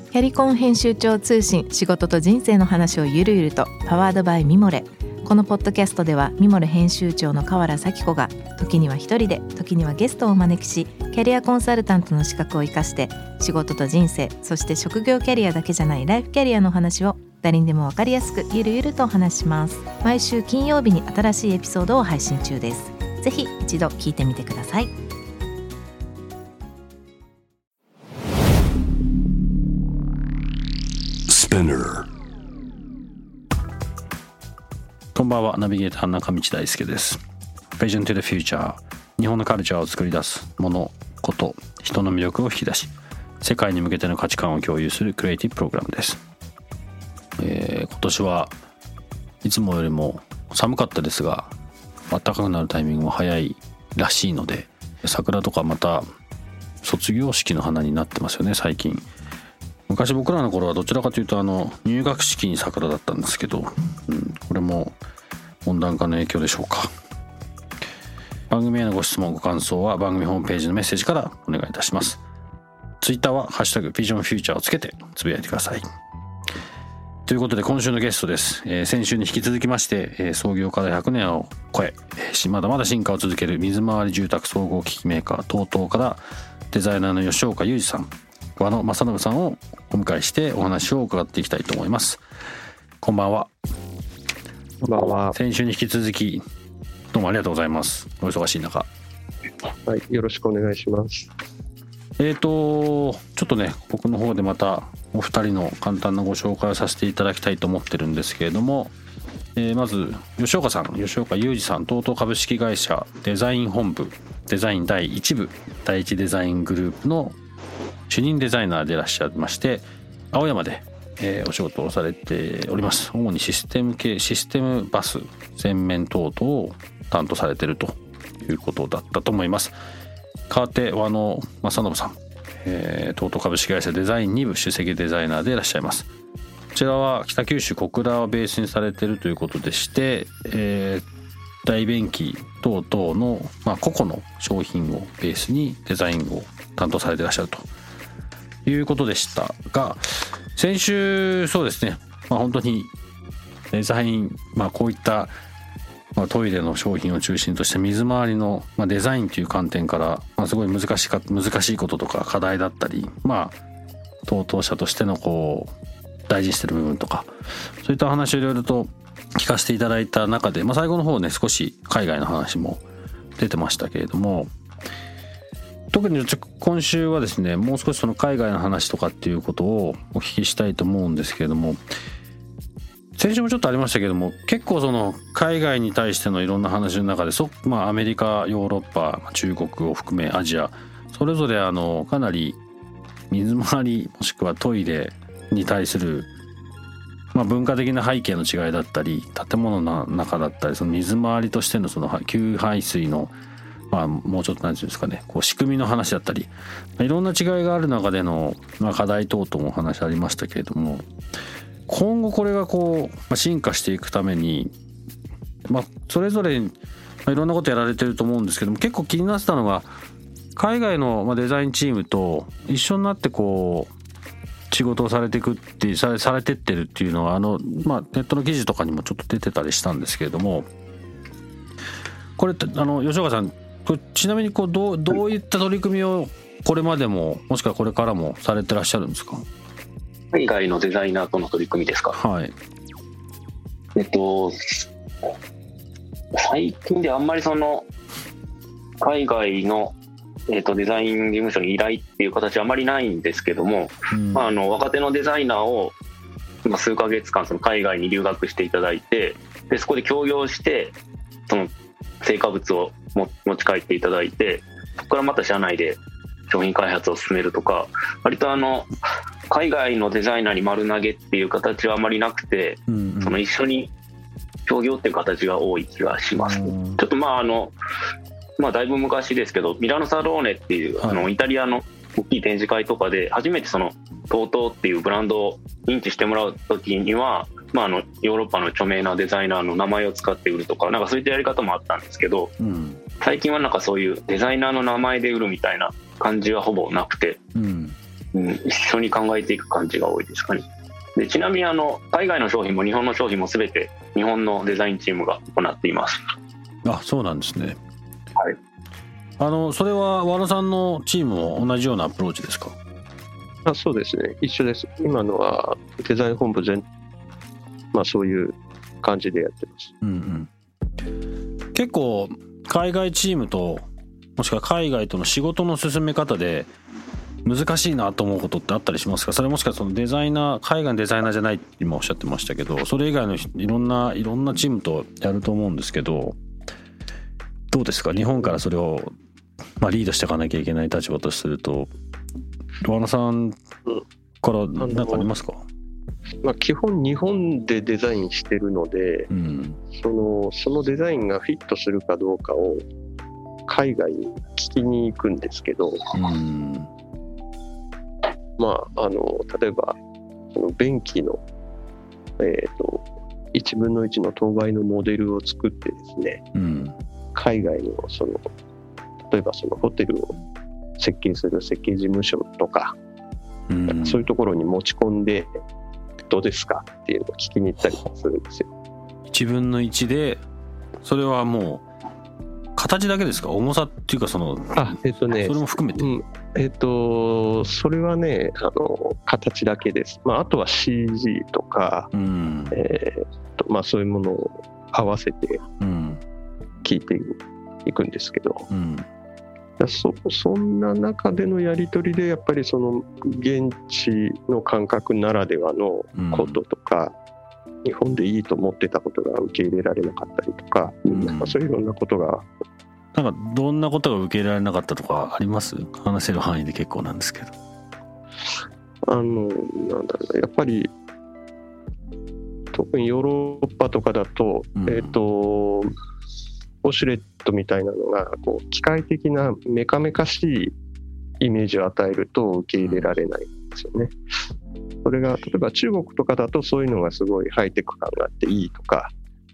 キャリコン編集長通信、仕事と人生の話をゆるゆると、パワードバイミモレ。このポッドキャストではミモレ編集長の河原咲子が時には一人で、時にはゲストをお招きし、キャリアコンサルタントの資格を生かして仕事と人生、そして職業キャリアだけじゃないライフキャリアの話を誰にでも分かりやすくゆるゆるとお話します。毎週金曜日に新しいエピソードを配信中です。ぜひ一度聞いてみてください。 こんばんは、ナビゲーター中道大輔です。 Vision to the Future、 日本のカルチャーを作り出すもの、こと、人の魅力を引き出し、世界に向けての価値観を共有するクリエイティブプログラムです。今年はいつもよりも寒かったですが、暖かくなるタイミングも早いらしいので、桜とかまた卒業式の花になってますよね、最近。昔僕らの頃はどちらかというと入学式に桜だったんですけど、これも温暖化の影響でしょうか。番組へのご質問ご感想は番組ホームページのメッセージからお願いいたします。ツイッターはハッシュタグビジョンフューチャーをつけてつぶやいてください。ということで今週のゲストです。先週に引き続きまして、創業から100年を超え、まだまだ進化を続ける水回り住宅総合機器メーカー TOTO からデザイナーの吉岡裕二さん、和野正信さんをお迎えしてお話を伺っていきたいと思います。こんばんは。 こんばんは。 先週に引き続きどうもありがとうございます。お忙しい中。 はい、よろしくお願いします。 ちょっとね、僕の方でまたお二人の簡単なご紹介をさせていただきたいと思ってるんですけれども、まず吉岡さん、吉岡裕二さん、TOTO株式会社デザイン本部デザイン第1部第一デザイングループの主任デザイナーでいらっしゃいまして、青山で、お仕事をされております。主にシステムバス全面等々を担当されているということだったと思います。代わって和野正信さん、TOTO株式会社デザイン2部首席デザイナーでいらっしゃいます。こちらは北九州小倉をベースにされているということでして、大便器等々の、個々の商品をベースにデザインを担当されていらっしゃるということでしたが、先週そうですね、本当にデザイン、こういった、トイレの商品を中心とした水回りの、デザインという観点から、すごい難しいこととか課題だったり、TOTO社としての大事にしてる部分とか、そういった話をいろいろと聞かせていただいた中で、最後の方ね、少し海外の話も出てましたけれども、特に今週はですね、もう少しその海外の話とかっていうことをお聞きしたいと思うんですけれども、先週もちょっとありましたけども、結構その海外に対してのいろんな話の中でアメリカ、ヨーロッパ、中国を含めアジア、それぞれかなり水回りもしくはトイレに対する文化的な背景の違いだったり、建物の中だったり、その水回りとしてのその給排水のもうちょっと何て言うんですかね、仕組みの話だったり、いろんな違いがある中での、課題等々もお話ありましたけれども、今後これが進化していくために、それぞれいろんなことやられてると思うんですけども、結構気になってたのが、海外のデザインチームと一緒になって仕事をされていくってされてってるっていうのはネットの記事とかにもちょっと出てたりしたんですけれども、これって吉岡さん、ちなみにどういった取り組みをこれまでももしくはこれからもされてらっしゃるんですか？ 海外のデザイナーとの取り組みですか？ はい。 最近であんまりその海外の、デザイン事務所に依頼っていう形はあまりないんですけども、若手のデザイナーを数ヶ月間その海外に留学していただいて、でそこで協業してその成果物を持ち帰っていただいて、そこからまた社内で商品開発を進めるとか、割と海外のデザイナーに丸投げっていう形はあまりなくて、その一緒に協業っていう形が多い気がします。ちょっとだいぶ昔ですけど、ミラノサローネっていうイタリアの大きい展示会とかで初めてその TOTO っていうブランドを認知してもらう時には、ヨーロッパの著名なデザイナーの名前を使って売るとか、そういったやり方もあったんですけど、最近はそういうデザイナーの名前で売るみたいな感じはほぼなくて、 一緒に考えていく感じが多いですかね。でちなみに海外の商品も日本の商品も全て日本のデザインチームが行っています。 あ、そうなんですね。 はい。 それは和田さんのチームも同じようなアプローチですか？ そうですね、一緒です。今のはデザイン本部そういう感じでやってます。 うんうん。結構海外チームともしくは海外との仕事の進め方で難しいなと思うことってあったりしますか？それもしくはそのデザイナー、海外のデザイナーじゃないって今おっしゃってましたけど、それ以外のいろんなチームとやると思うんですけど、どうですか？日本からそれをリードしていかなきゃいけない立場とすると、和田さんから何かありますか？ 基本日本でデザインしてるので、そのデザインがフィットするかどうかを海外に聞きに行くんですけど、例えばその便器の、1分の1の等倍のモデルを作ってですね、海外の例えばそのホテルを設計する設計事務所とか、そういうところに持ち込んでどうですかっていうのを聞きに行ったりするんですよ。 1分の1で、それはもう形だけですか？重さっていうかそれも含めて。 それはね、形だけです。あとは CG とか、そういうものを合わせて聞いていくんですけど、そんな中でのやり取りでやっぱりその現地の感覚ならではのこととか、日本でいいと思ってたことが受け入れられなかったりとか、そういういろんなことが。 なんかどんなことが受け入れられなかったとかあります？話せる範囲で結構なんですけど。 やっぱり特にヨーロッパとかだと、ウォシュレットみたいなのが機械的なメカメカしいイメージを与えると受け入れられないんですよね。それが例えば中国とかだとそういうのがすごいハイテク感があっていいとか。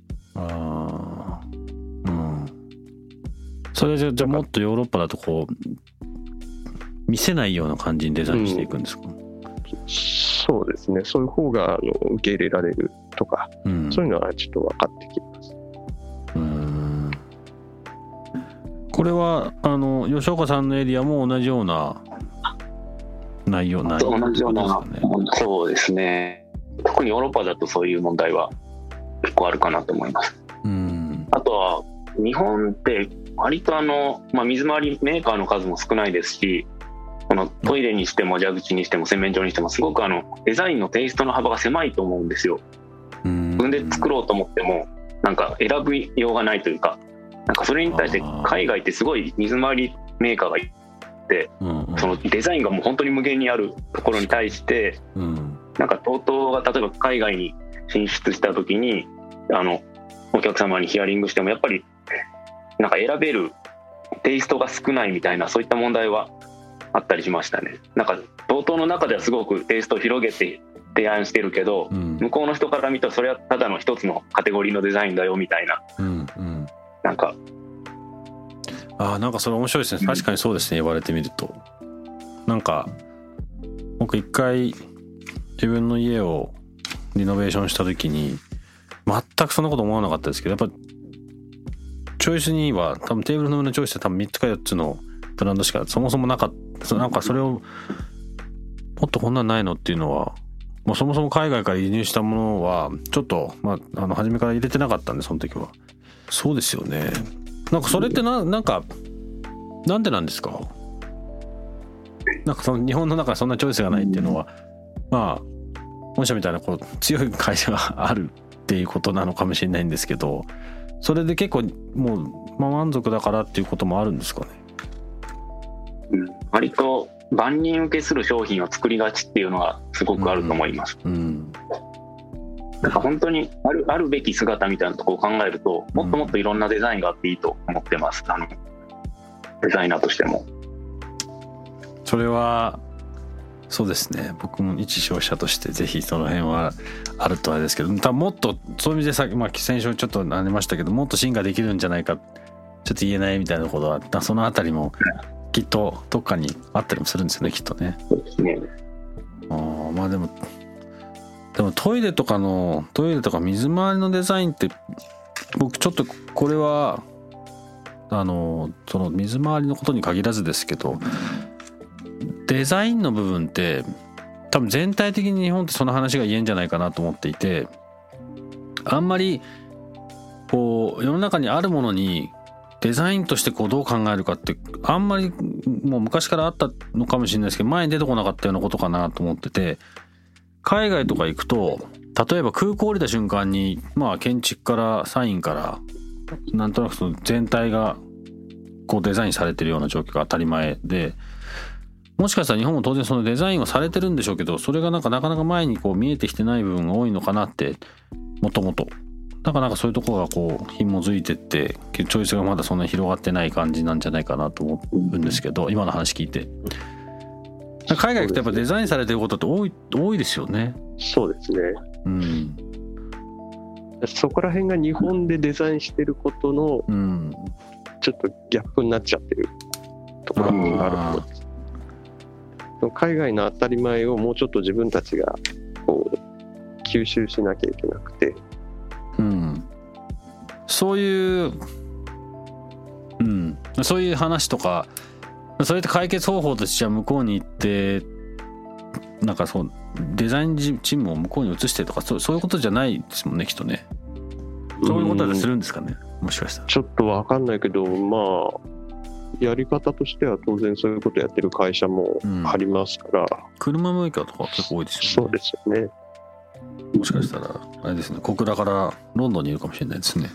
それじゃもっとヨーロッパだと見せないような感じにデザインしていくんですか？ そうですね、そういう方が受け入れられるとか、そういうのはちょっと分かってきます。 これは吉岡さんのエリアも同じような内容同じような、そうですね。特にヨーロッパだとそういう問題は結構あるかなと思います。あとは日本って割と水回りメーカーの数も少ないですし、このトイレにしても蛇口にしても洗面所にしてもすごくデザインのテイストの幅が狭いと思うんですよ。自分で作ろうと思ってもなんか選びようがないというか、なんかそれに対して海外ってすごい水回りメーカーがいて、そのデザインがもう本当に無限にあるところに対して、なんか TOTO が例えば海外に進出した時にお客様にヒアリングしてもやっぱりなんか選べるテイストが少ないみたいな、そういった問題はあったりしましたね。なんかTOTOの中ではすごくテイストを広げて提案してるけど、向こうの人から見たらそれはただの一つのカテゴリーのデザインだよみたいな、なんかそれ面白いですね。確かにそうですね、言われてみると。なんか僕一回自分の家をリノベーションした時に全くそんなこと思わなかったですけど、やっぱチョイスには多分テーブルの上のチョイスで多分3つか4つのブランドしかそもそもなかった。なんかそれをもっとこんなんないのっていうのは、もうそもそも海外から輸入したものはちょっと初めから入れてなかったんで、その時は。そうですよね。なんかそれってなんでなんですか？なんかその日本の中でそんなチョイスがないっていうのは、御社みたいな強い会社があるっていうことなのかもしれないんですけど、それで結構もう満足だからっていうこともあるんですかね？ 割と万人受けする商品を作りがちっていうのはすごくあると思います。なんか本当にあるべき姿みたいなところを考えると、もっともっといろんなデザインがあっていいと思ってます。デザイナーとしても。 それはそうですね。僕も一消費者としてぜひその辺はあるとあれですけど、多分もっとそういう意味でさっき先週ちょっとありましたけど、もっと進化できるんじゃないかちょっと言えないみたいなことは、そのあたりもきっとどっかにあったりもするんですよね、きっとね。 そうですね。 まあでもトイレとか水回りのデザインって僕ちょっとこれはその水回りのことに限らずですけど、デザインの部分って多分全体的に日本ってその話が言えんじゃないかなと思っていて、あんまりこう世の中にあるものにデザインとしてこうどう考えるかってあんまりもう昔からあったのかもしれないですけど、前に出てこなかったようなことかなと思ってて、海外とか行くと例えば空港降りた瞬間に建築からサインからなんとなくその全体がこうデザインされてるような状況が当たり前で、もしかしたら日本も当然そのデザインはされてるんでしょうけど、それがなかなか前にこう見えてきてない部分が多いのかなって、もともとだからそういうところがこう紐づいてってチョイスがまだそんなに広がってない感じなんじゃないかなと思うんですけど、今の話聞いて海外行くとやっぱデザインされてることって多いですよね。 そうですね。そこら辺が日本でデザインしてることのちょっとギャップになっちゃってるところがあると思います。海外の当たり前をもうちょっと自分たちがこう吸収しなきゃいけなくて、 そういう話とか、それって解決方法としては向こうに行ってなんかそうデザインチームを向こうに移してとかそういうことじゃないですもんね、きっとね。そういうことはするんですかね、もしかしたら。 ちょっと分かんないけど、やり方としては当然そういうことやってる会社もありますから、 車メーカーとか結構多いですよね。 そうですよね。 もしかしたらあれですね、小倉からロンドンにいるかもしれないですね。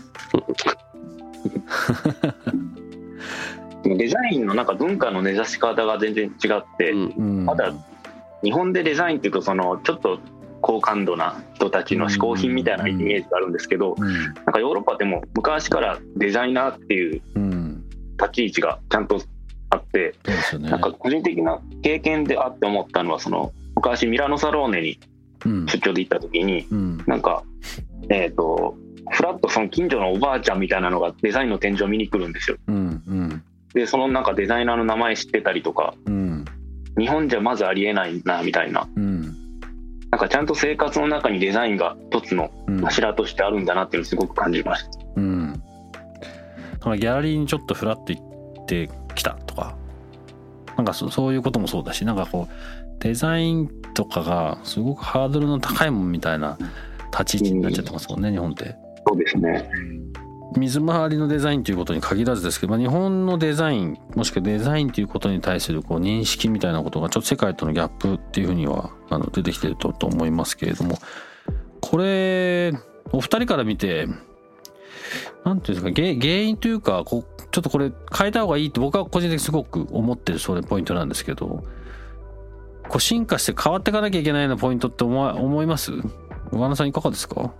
デザインのなんか文化の根ざし方が全然違って、まだ日本でデザインっていうとちょっと高感度な人たちの嗜好品みたいなイメージがあるんですけど、なんかヨーロッパでも昔からデザイナーっていう立ち位置がちゃんとあって、なんか個人的な経験であって思ったのは、昔ミラノサローネに出張で行った時に、なんかフラッとその近所のおばあちゃんみたいなのがデザインの展示を見に来るんですよ。でそのなんかデザイナーの名前知ってたりとか、日本じゃまずありえないなみたいな、なんかちゃんと生活の中にデザインが一つの柱としてあるんだなっていうのをすごく感じました。 なんかギャラリーにちょっとフラッと行ってきたとか、なんかそういうこともそうだし、なんかこうデザインとかがすごくハードルの高いもんみたいな立ち位置になっちゃってますもんね、日本って。 そうですね。 水回りのデザインということに限らずですけど、日本のデザインもしくはデザインということに対するこう認識みたいなことがちょっと世界とのギャップっていうふうには出てきてると思いますけれども、これお二人から見てなんていうんですか、原因というかちょっとこれ変えた方がいいって僕は個人的にすごく思ってるそれポイントなんですけど、こう進化して変わっていかなきゃいけないようなポイントって思います？小川さんいかがですか？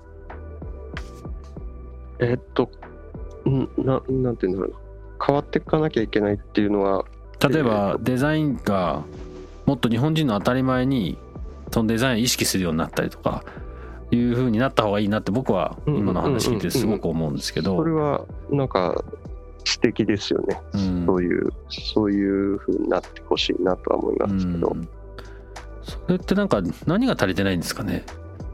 なんていうんだろうな、変わっていかなきゃいけないっていうのは、 例えばデザインがもっと日本人の当たり前にそのデザインを意識するようになったりとかいう風になった方がいいなって僕は今の話聞いてすごく思うんですけど、 それはなんか素敵ですよね、そういう風になってほしいなとは思いますけど、 それってなんか何が足りてないんですかね。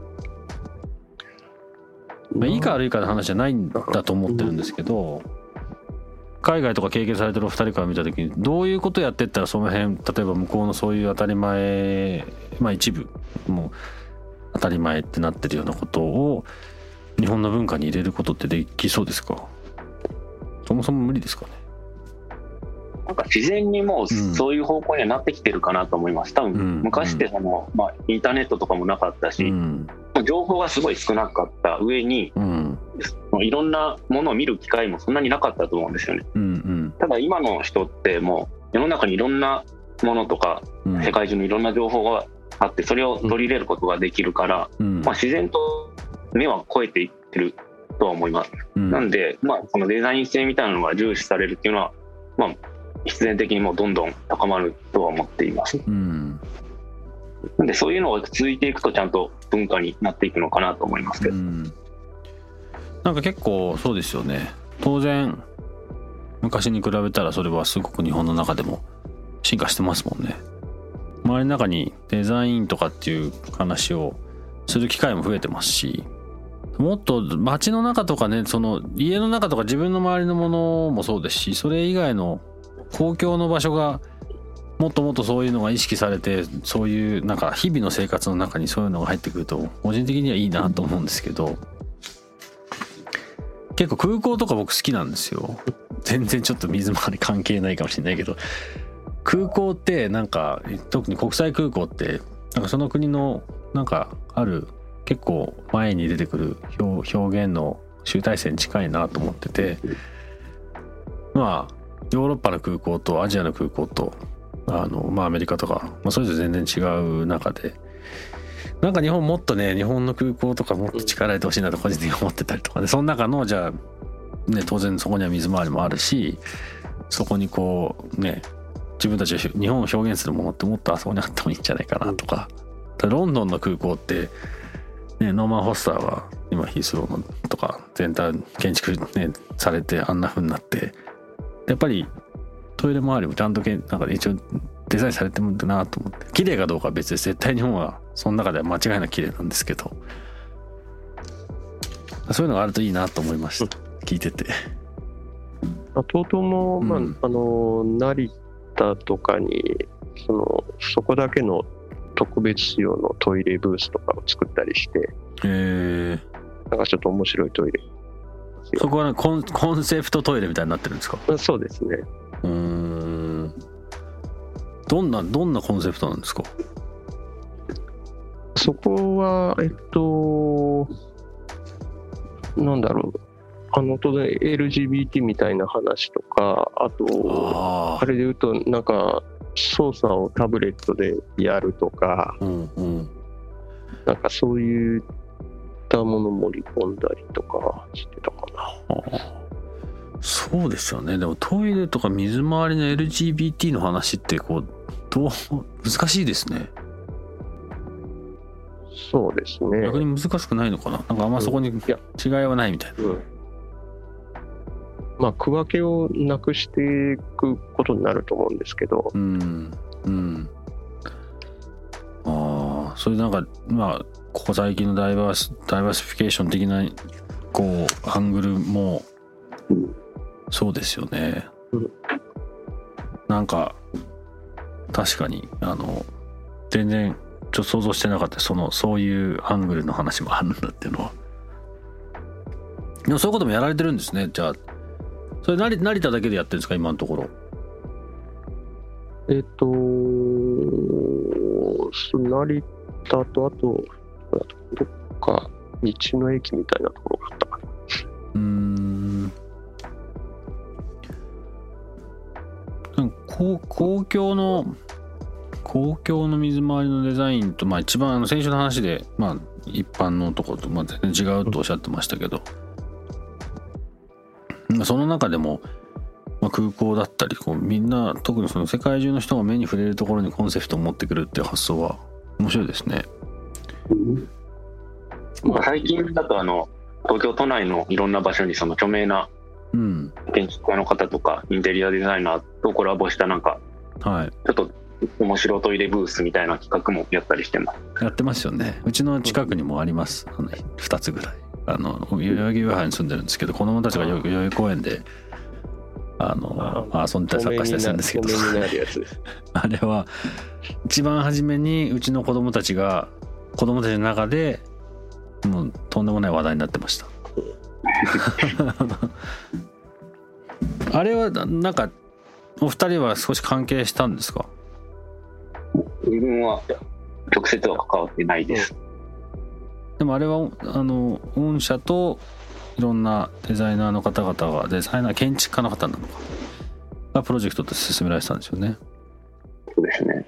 いいか悪いかの話じゃないんだと思ってるんですけど、海外とか経験されてるお二人から見た時にどういうことやってったらその辺、例えば向こうのそういう当たり前、一部もう当たり前ってなってるようなことを日本の文化に入れることってできそうですか？そもそも無理ですかね。 なんか自然にもうそういう方向にはなってきてるかなと思います。多分昔ってインターネットとかもなかったし、情報がすごい少なかった上に、いろんなものを見る機会もそんなになかったと思うんですよね。ただ今の人ってもう世の中にいろんなものとか、世界中のいろんな情報があって、それを取り入れることができるから、自然と目は超えていってるとは思います。なんで、このデザイン性みたいなのが重視されるっていうのは、必然的にもうどんどん高まるとは思っています。なんでそういうのが続いていくとちゃんと文化になっていくのかなと思いますけど、 なんか結構そうですよね。当然昔に比べたらそれはすごく日本の中でも進化してますもんね。周りの中にデザインとかっていう話をする機会も増えてますし、もっと街の中とかね、その家の中とか自分の周りのものもそうですし、それ以外の公共の場所がもっともっとそういうのが意識されて、そういうなんか日々の生活の中にそういうのが入ってくると個人的にはいいなと思うんですけど、結構空港とか僕好きなんですよ。全然ちょっと水回り関係ないかもしれないけど、空港ってなんか特に国際空港ってなんかその国のなんかある結構前に出てくる表現の集大成に近いなと思ってて、まあヨーロッパの空港とアジアの空港とまあアメリカとか、まあ、それぞれ全然違う中で、なんか日本もっとね、日本の空港とかもっと力入れてほしいなと個人的に思ってたりとかね、その中のじゃあね、当然そこには水回りもあるし、そこにこうね、自分たち日本を表現するものってもっとあそこにあってもいいんじゃないかなとか。ロンドンの空港ってね、ノーマン・フォスターが今ヒースローのとか全体建築、ね、されてあんな風になって、やっぱりトイレ周りもちゃんとなんか一応デザインされてるんだなと思って、綺麗かどうかは別です。絶対日本はその中では間違いなく綺麗なんですけど、そういうのがあるといいなと思いました、聞いてて。 TOTOも、まあ成田とかにそこだけの特別仕様のトイレブースとかを作ったりして、なんかちょっと面白いトイレ。 そこはコンセプトトイレみたいになってるんですか？ そうですね。 どんなコンセプトなんですか？ そこはなんだろう、当然 LGBT みたいな話とか、あとあれで言うとなんか操作をタブレットでやるとか、なんかそういったもの盛り込んだりとかしてたかな。 そうですよね。でもトイレとか水回りの LGBT の話ってこう難しいですね。 そうですね。 逆に難しくないのかな。なんかあんまそこに違いはないみたいな。 まあ区分けをなくしていくことになると思うんですけど。それなんかまあここ最近のダイバーシフィケーション的なこうアングルもそうですよね。なんか確かに全然ちょっと想像してなかった。そういうアングルの話もあるんだっていうのは。でもそういうこともやられてるんですね。じゃあそれ成田だけでやってるんですか、今のところ？ 成田とあとどっか道の駅みたいなところがあったかな。 公共の水回りのデザインと、まあ一番先週の話で、まあ一般のところとまあ全然違うとおっしゃってましたけど、その中でも、まあ、空港だったりこうみんな特にその世界中の人が目に触れるところにコンセプトを持ってくるっていう発想は面白いですね。 最近だと東京都内のいろんな場所にその著名な建築家の方とかインテリアデザイナーとコラボしたなんかちょっと面白トイレブースみたいな企画もやったりしてます。 やってますよね。うちの近くにもあります。2つぐらい代々木上原に住んでるんですけど、子供たちが代々木公園で遊んでたりサッカーしたりするんですけどあれは一番初めにうちの子供たちの中でもうとんでもない話題になってましたあれはなんかお二人は少し関係したんですか？ 自分は直接は関わってないです。 でもあれは御社といろんなデザイナーの方々が建築家の方なのかがプロジェクトと進められてたんですよね。 そうですね。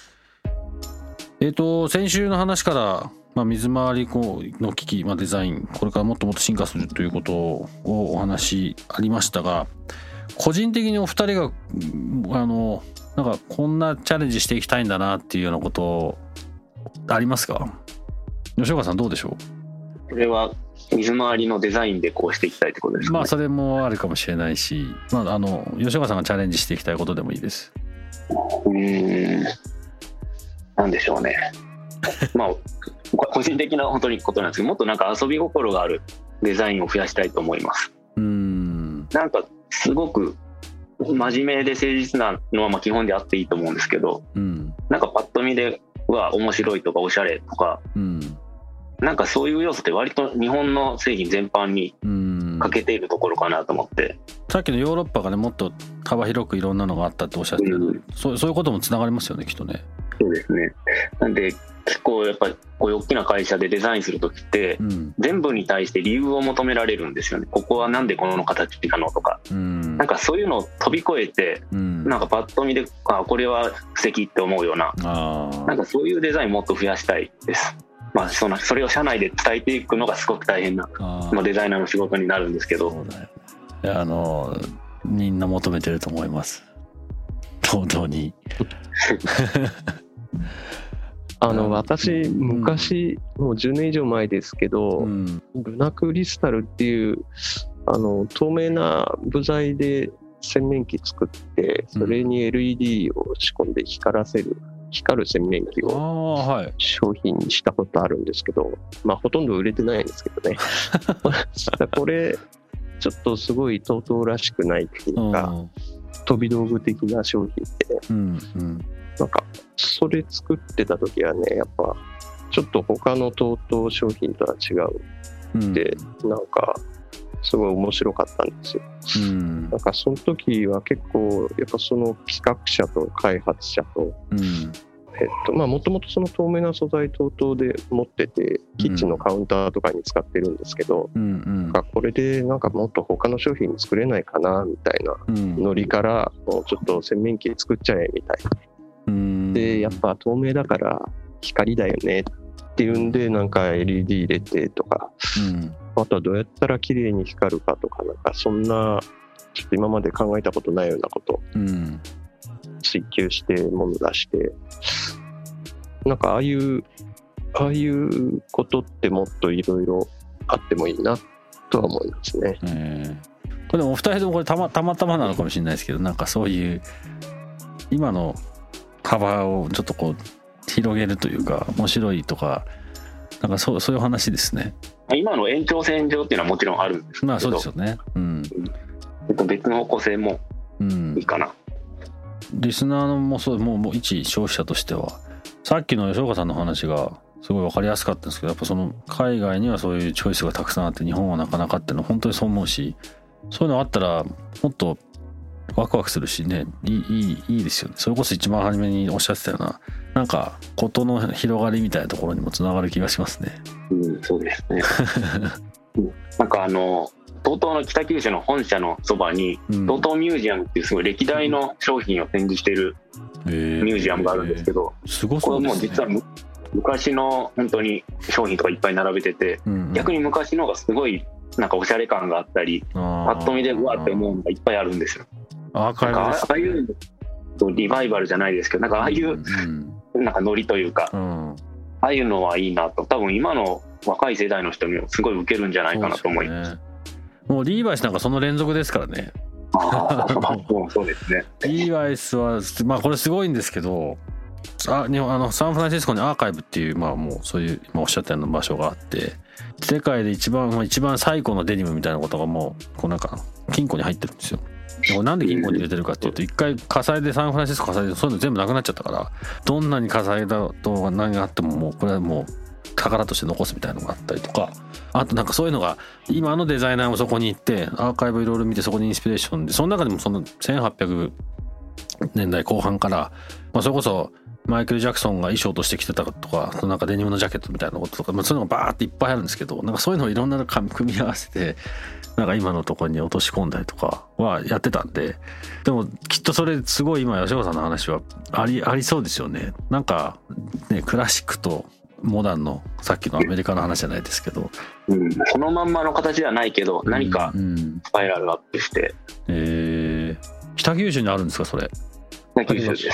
先週の話から、まあ、水回りの機器、まあ、デザインこれからもっともっと進化するということをお話ありましたが、個人的にお二人がなんかこんなチャレンジしていきたいんだなっていうようなことありますか？吉岡さんどうでしょう？ これは水回りのデザインでこうしていきたいってことですかね。 まあそれもあるかもしれないし、まあ、吉岡さんがチャレンジしていきたいことでもいいです。 なんでしょうねまあ個人的な本当にことなんですけど、もっとなんか遊び心があるデザインを増やしたいと思います。なんかすごく真面目で誠実なのはまあ基本であっていいと思うんですけど、なんかパッと見では面白いとかおしゃれとか、なんかそういう要素って割と日本の製品全般に欠けているところかなと思って、 さっきのヨーロッパがねもっと幅広くいろんなのがあったっておっしゃってる、そういうこともつながりますよねきっとね。 そうですね。なんで結構やっぱりこういう大きな会社でデザインするときって、全部に対して理由を求められるんですよね。ここはなんでこの形なのとか、なんかそういうのを飛び越えて、なんかパッと見でこれは素敵って思うような、なんかそういうデザインもっと増やしたいです。まあ、それを社内で伝えていくのがすごく大変な、デザイナーの仕事になるんですけど。そうだよね。 いやみんな求めてると思います。本当に私昔もう10年以上前ですけど、ルナクリスタルっていう透明な部材で洗面器作って、それに LED を仕込んで光る洗面器を商品にしたことあるんですけど、まあほとんど売れてないんですけどねこれちょっとすごいTOTOらしくないっていうか、飛び道具的な商品で、なんかそれ作ってた時はね、やっぱちょっと他のTOTO商品とは違うで、なんかすごい面白かったんですよ。なんかその時は結構やっぱその企画者と開発者と、もともとその透明な素材等々で持ってて、キッチンのカウンターとかに使ってるんですけど、これでなんかもっと他の商品に作れないかなみたいなノリから、もうちょっと洗面器作っちゃえみたいな。でやっぱ透明だから光だよねっていうんで、なんか LED 入れてとか、あとはどうやったら綺麗に光るかとか、なんかそんなちょっと今まで考えたことないようなこと追求してもの出して、なんかああいうことってもっといろいろあってもいいなとは思いますね。 これでもお二人ともこれたまたまなのかもしれないですけど、なんかそういう今の幅をちょっとこう広げるというか面白いとか、なんかそういう話ですね。 今の延長線上っていうのはもちろんあるんですけど、 まあそうですよね。 別の方向性もいいかな。 リスナーのもそうもう一消費者としては、さっきの吉岡さんの話がすごい分かりやすかったんですけど、やっぱその海外にはそういうチョイスがたくさんあって日本はなかなかっていうのは本当にそう思うし、そういうのあったらもっとワクワクするしね、いいですよね。それこそ一番初めにおっしゃってたような、なんか事の広がりみたいなところにもつながる気がしますね。 そうですねなんかTOTOの北九州の本社のそばに、TOTOミュージアムっていうすごい歴代の商品を展示しているミュージアムがあるんですけど、 すごそうですね。 これも実は昔の本当に商品とかいっぱい並べてて、逆に昔の方がすごいなんかおしゃれ感があったり、パッと見でうわって思うのがいっぱいあるんですよ。 アーカイブです。 ああいうリバイバルじゃないですけど、なんかああいうなんかノリというか、ああいうのはいいなと、多分今の若い世代の人にもすごい受けるんじゃないかなと思います。 もうリーバイスなんかその連続ですからね。 そうですね。 リーバイスはまあこれすごいんですけど、サンフランシスコにアーカイブっていう、まあもうそういう今おっしゃったような場所があって、世界で一番最古のデニムみたいなことがもうこうなんか金庫に入ってるんですよ。なんで金庫に入れてるかっていうと、一回火災でサンフランシスコ火災でそういうの全部なくなっちゃったから、どんなに火災だと何があってももうこれはもう宝として残すみたいなのがあったりとか、あとなんかそういうのが今のデザイナーもそこに行ってアーカイブいろいろ見て、そこにインスピレーションで、その中でもその1800年代後半から、まあ、それこそマイケル・ジャクソンが衣装として着てたとか、なんかデニムのジャケットみたいなこととか、まあ、そういうのがバーっていっぱいあるんですけど、なんかそういうのをいろんな組み合わせてなんか今のところに落とし込んだりとかはやってたんで、でもきっとそれすごい今吉岡さんの話はありそうですよね。なんかね、クラシックとモダンのさっきのアメリカの話じゃないですけど、 そのまんまの形ではないけど何かスパイラルアップして、 北九州にあるんですかそれ？ 北九州です。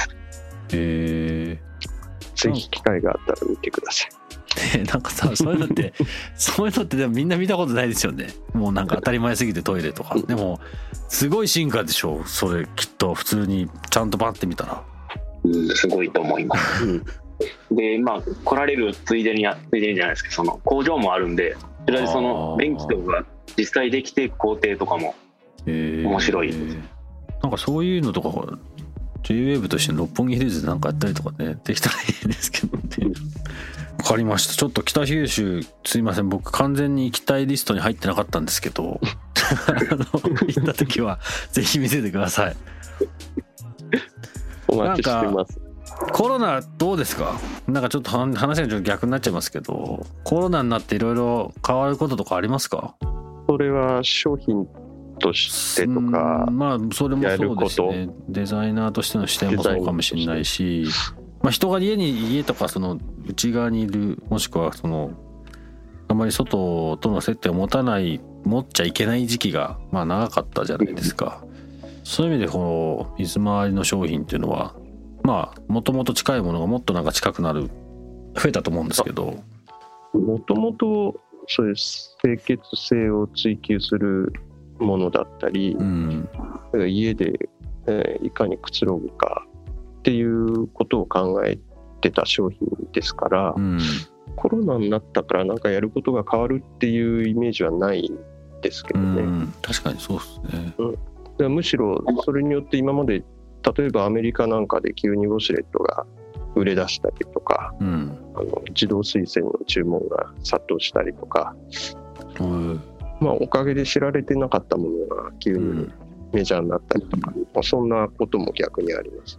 ぜひ機会があったら見てください。 なんかさ、そういうのってでもみんな見たことないですよね。もうなんか当たり前すぎてトイレとかでもすごい進化でしょそれ。きっと普通にちゃんとバッて見たらすごいと思います。で来られるついでにじゃないですけど、その工場もあるんで、それでその電気とかが実際できて工程とかも面白いです。 なんかそういうのとか J-WAVE として六本木ヒルズでなんかやったりとかねできたらいいですけどね。わかりました。ちょっと北九州すいません、僕完全に行きたいリストに入ってなかったんですけど行った時はぜひ見せてください。 お待ちしてます。 コロナどうですか？なんかちょっと話がちょっと逆になっちゃいますけど、コロナになっていろいろ変わることとかありますか？ それは商品としてとか、 それもそうですね。デザイナーとしての視点もそうかもしれないし、人が家とかその内側にいる、もしくはそのあまり外との接点を持っちゃいけない時期が長かったじゃないですか。そういう意味でこの水回りの商品っていうのはもともと近いものがもっとなんか近くなる増えたと思うんですけど、 もともとそういう清潔性を追求するものだったり、家で、いかにくつろぐかっていうことを考えてた商品ですから、コロナになったからなんかやることが変わるっていうイメージはないんですけどね。 確かにそうですね。 むしろそれによって今まで例えばアメリカなんかで急にウォシュレットが売れ出したりとか、自動水洗の注文が殺到したりとか、おかげで知られてなかったものが急にメジャーになったりとか、そんなことも逆にあります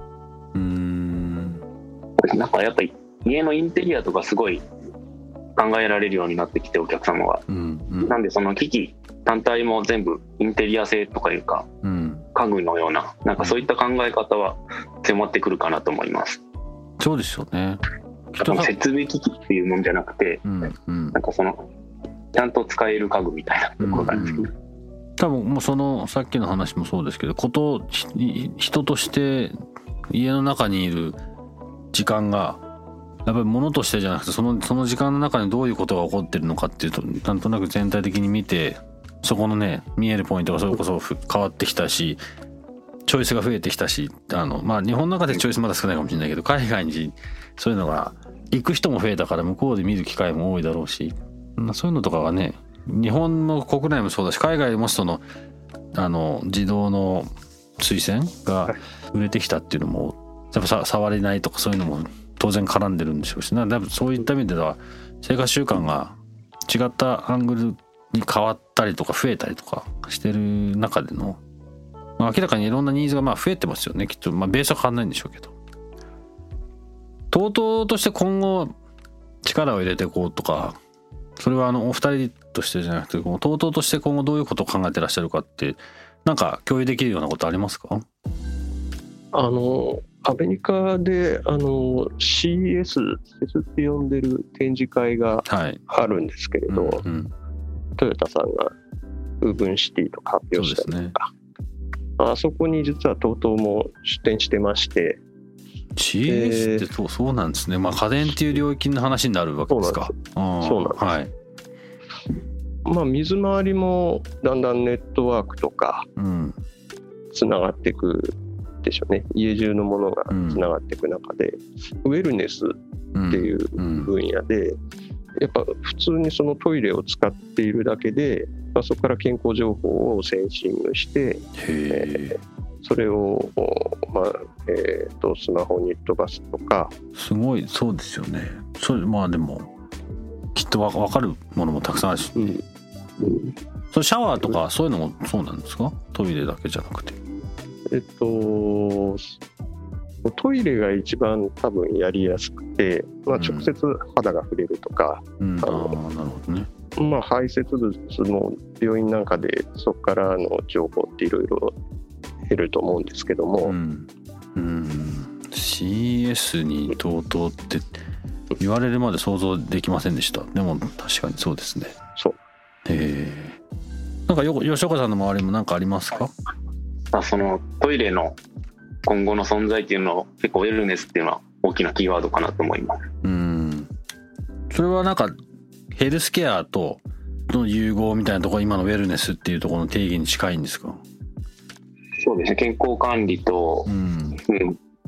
ね。 なんかやっぱり家のインテリアとかすごい考えられるようになってきて、お客様が、なんでその機器単体も全部インテリア性とかいうか、家具のようななんかそういった考え方は強まってくるかなと思います。 そうですよね。 設備機器っていうもんじゃなくて、なんかそのちゃんと使える家具みたいなところがあるんですけど、 多分もうそのさっきの話もそうですけど、人として家の中にいる時間がやっぱり物としてじゃなくて、その時間の中にどういうことが起こってるのかっていうと、なんとなく全体的に見て、そこのね見えるポイントがそれこそ変わってきたし、チョイスが増えてきたし、日本の中でチョイスまだ少ないかもしれないけど、海外にそういうのが行く人も増えたから向こうで見る機会も多いだろうし、そういうのとかはね、日本の国内もそうだし、海外でもその自動の水洗が売れてきたっていうのもやっぱ触れないとかそういうのも当然絡んでるんでしょうし、そういった意味では生活習慣が違ったアングルに変わったりとか増えたりとかしてる中での、明らかにいろんなニーズが増えてますよね、きっと。ベースは変わんないんでしょうけど、TOTOとして今後力を入れていこうとか、それはお二人としてじゃなくてTOTOとして今後どういうことを考えてらっしゃるかって、なんか共有できるようなことありますか？ アメリカでCES って呼んでる展示会があるんですけれど、トヨタさんがウーブンシティとか発表したりとか、あそこに実はTOTOも出展してまして。 CES ってそうなんですね。家電っていう領域の話になるわけですか。 そうなんです。水回りもだんだんネットワークとかつながっていくでしょうね。家中のものがつながっていく中で、ウェルネスっていう分野で、やっぱ普通にそのトイレを使っているだけで、そこから健康情報をセンシングして、それを、スマホに飛ばすとか。 すごい、そうですよね。でもきっと分かるものもたくさんあるし、それシャワーとかそういうのもそうなんですか？トイレだけじゃなくて。 トイレが一番多分やりやすくて、直接肌が触れるとか、 なるほどね。 排泄物も病院なんかでそこからの情報っていろいろ得ると思うんですけども、 CS にTOTOって言われるまで想像できませんでした。でも確かにそうですね。 そう。 なんか吉岡さんの周りも何かありますか？ そのトイレの今後の存在っていうのを結構ウェルネスっていうのは大きなキーワードかなと思います。 それはなんかヘルスケアとの融合みたいなところ、今のウェルネスっていうところの定義に近いんですか？ そうですね、健康管理と、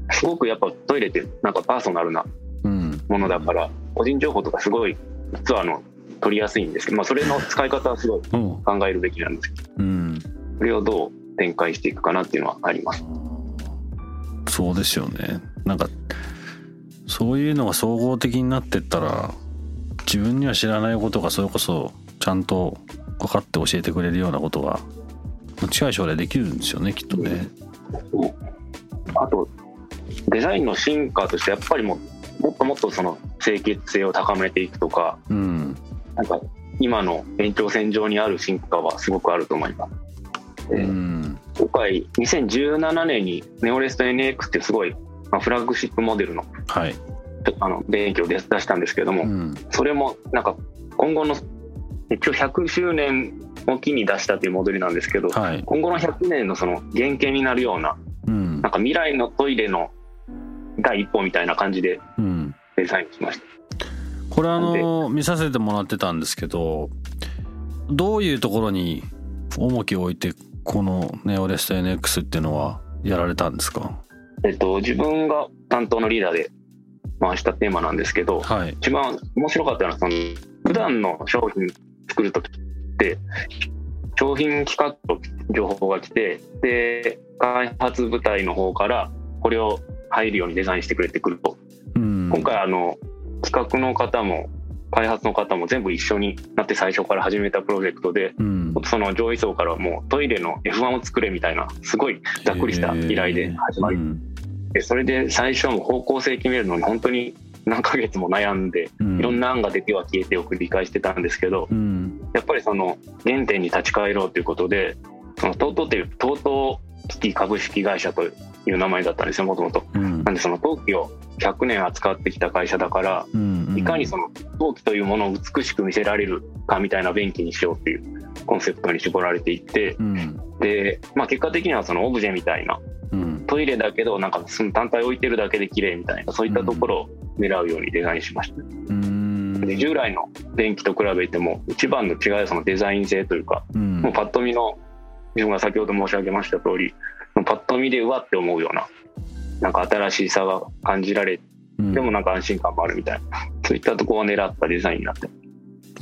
すごくやっぱトイレってなんかパーソナルなものだから、個人情報とかすごい実は取りやすいんですけど、それの使い方はすごい考えるべきなんですけど、それをどう展開していくかなっていうのはあります。 そうですよね。なんかそういうのが総合的になってったら、自分には知らないことがそれこそちゃんと分かって教えてくれるようなことが近い将来できるんですよね、きっとね。 あとデザインの進化としてやっぱりもっともっとその清潔性を高めていくとか、なんか今の延長線上にある進化はすごくあると思います。今回2017年にネオレスト NX ってすごいフラッグシップモデルの、電気を出したんですけれども、それもなんか今後の一応100周年を機に出したというモデルなんですけど、今後の100年のその原型になるような、なんか未来のトイレの第一歩みたいな感じでデザインしました。 これ見させてもらってたんですけど、どういうところに重きを置いてこのネオレスト NX っていうのはやられたんですか？ 自分が担当のリーダーで回したテーマなんですけど、一番面白かったのは普段の商品作るときって商品企画と情報が来て、で開発部隊の方からこれを入るようにデザインしてくれてくると、今回企画の方も開発の方も全部一緒になって最初から始めたプロジェクトで、その上位層からもうトイレの F1 を作れみたいなすごいざっくりした依頼で始まり、でそれで最初はもう方向性決めるのに本当に何ヶ月も悩んで、いろんな案が出ては消えてを繰り返してたんですけど、やっぱりその原点に立ち返ろうということで、その TOTO っていう TOTO 機器株式会社という名前だったんですよ、もともと。なんでその陶器を100年扱ってきた会社だから、いかにその陶器というものを美しく見せられるかみたいな便器にしようっていうコンセプトに絞られていって、で、結果的にはそのオブジェみたいな、トイレだけどなんかその単体置いてるだけで綺麗みたいな、そういったところを狙うようにデザインしました。で従来の便器と比べても一番の違いはそのデザイン性というか、もうパッと見の、自分が先ほど申し上げました通り、パッと見でうわって思うような、なんか新しさが感じられ、でもなんか安心感もあるみたいな、そういったところを狙ったデザインになってます。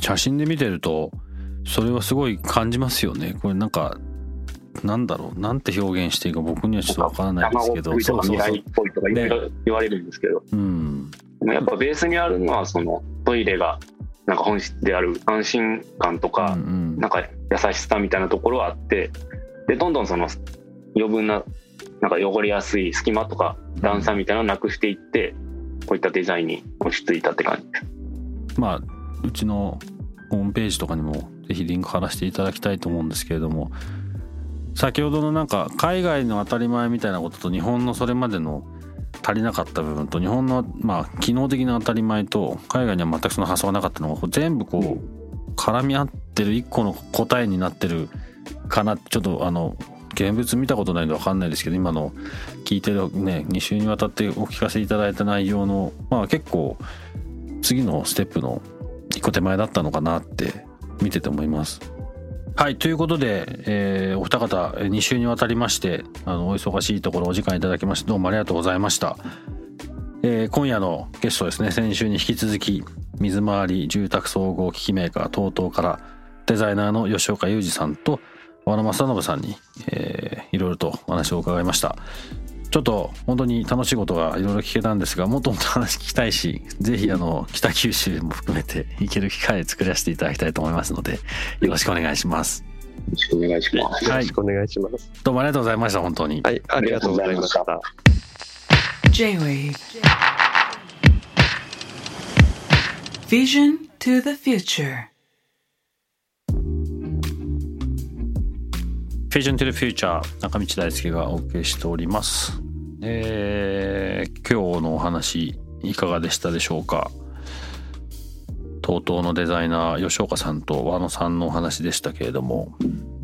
写真で見てるとそれはすごい感じますよね。これなんかなんだろう、なんて表現していいか僕にはちょっとわからないですけど、 未来っぽいとかいろいろ言われるんですけど、でもやっぱベースにあるのはそのトイレがなんか本質である安心感とか、なんか優しさみたいなところはあって、でどんどんその余分ななんか汚れやすい隙間とか段差みたいなのをなくしていって、こういったデザインに落ち着いたって感じです。 うちのホームページとかにもぜひリンク貼らせていただきたいと思うんですけれども、先ほどのなんか海外の当たり前みたいなことと日本のそれまでの足りなかった部分と、日本の機能的な当たり前と海外には全くその発想がなかったのが全部こう絡み合ってる一個の答えになってるかな。ちょっと現物見たことないので分かんないですけど、今の聞いてるね2週にわたってお聞かせいただいた内容の結構次のステップの一個手前だったのかなって見てて思います。はい、ということで、お二方2週にわたりましてお忙しいところお時間いただきましてどうもありがとうございました。今夜のゲストですね、先週に引き続き水回り住宅総合機器メーカー TOTO からデザイナーの吉岡裕二さんと和野正信さんに、いろいろとお話を伺いました。ちょっと本当に楽しいことがいろいろ聞けたんですが、もっともっと話聞きたいし、ぜひ北九州も含めて行ける機会を作らせていただきたいと思いますので、よろしくお願いします。 よろしくお願いします。 よろしくお願いします。 どうもありがとうございました。本当に。 はい、ありがとうございました。 J-Wave Vision to the Future Vision to the Future 中道大輔がお送りしております。今日のお話いかがでしたでしょうか。TOTOのデザイナー吉岡さんと和野さんのお話でしたけれども、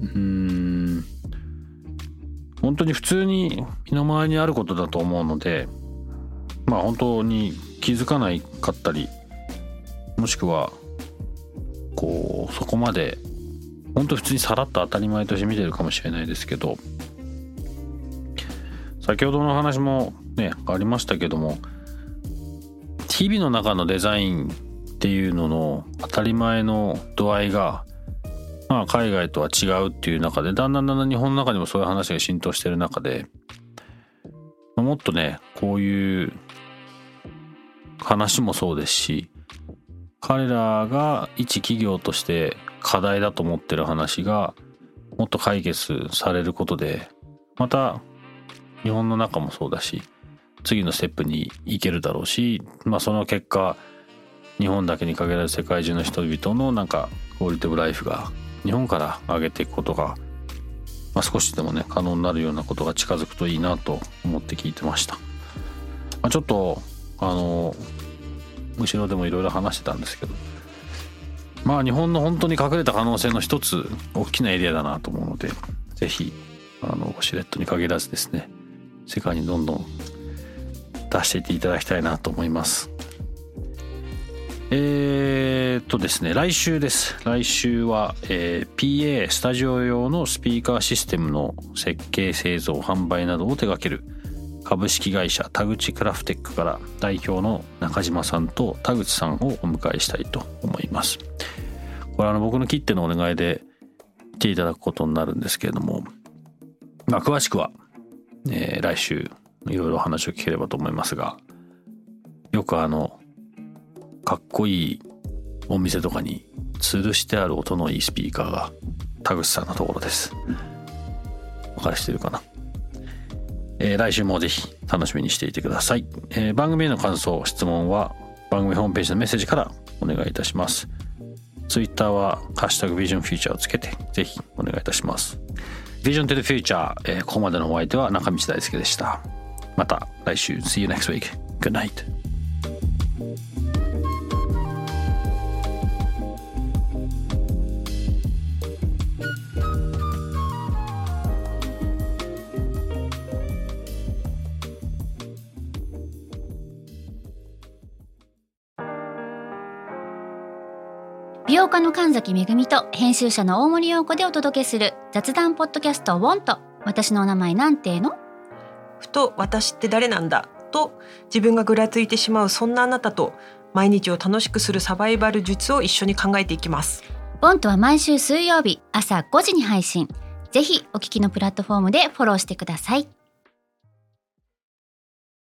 本当に普通に身の回りにあることだと思うので、本当に気づかないかったり、もしくはそこまで本当普通にさらっと当たり前として見てるかもしれないですけど、 先ほどの話もねありましたけども、日々の中のデザインっていうのの当たり前の度合いがまあ海外とは違うっていう中で、だんだん日本の中にもそういう話が浸透してる中で、もっとねこういう話もそうですし、彼らが一企業として課題だと思ってる話がもっと解決されることで、また日本の中もそうだし次のステップに行けるだろうし、まあその結果日本だけに限らず世界中の人々のなんかクオリティオブライフが日本から上げていくことが、まあ、少しでもね可能になるようなことが近づくといいなと思って聞いてました。まあ、ちょっと後ろでもいろいろ話してたんですけど、まあ日本の本当に隠れた可能性の一つ大きなエリアだなと思うので、ぜひウォシュレットに限らずですね、世界にどんどん出していっていただきたいなと思います。ですね、来週です。来週は、PA スタジオ用のスピーカーシステムの設計製造販売などを手掛ける株式会社田口クラフテックから代表の中島さんと田口さんをお迎えしたいと思います。これ僕の切手のお願いで来ていただくことになるんですけれども、まあ詳しくは、来週いろいろお話を聞ければと思いますが、よくかっこいいお店とかに吊るしてある音のいいスピーカーが田口さんのところです。お借りしてるかな。来週もぜひ楽しみにしていてください。番組への感想質問は番組ホームページのメッセージからお願いいたします。ツイッターはハッシュタグビジョンフューチャーをつけてぜひお願いいたします。Vision to the Future、ここまでのお相手は中道大輔でした。また来週 See you next week. Good night. 美容家の神崎めぐみと編集者の大森洋子でお届けする雑談ポッドキャストウォント。私のお名前なんての？ ふと私って誰なんだと自分がぐらついてしまうそんなあなたと、毎日を楽しくするサバイバル術を一緒に考えていきます。 ウォントは毎週水曜日朝5時に配信。ぜひお聞きのプラットフォームでフォローしてください。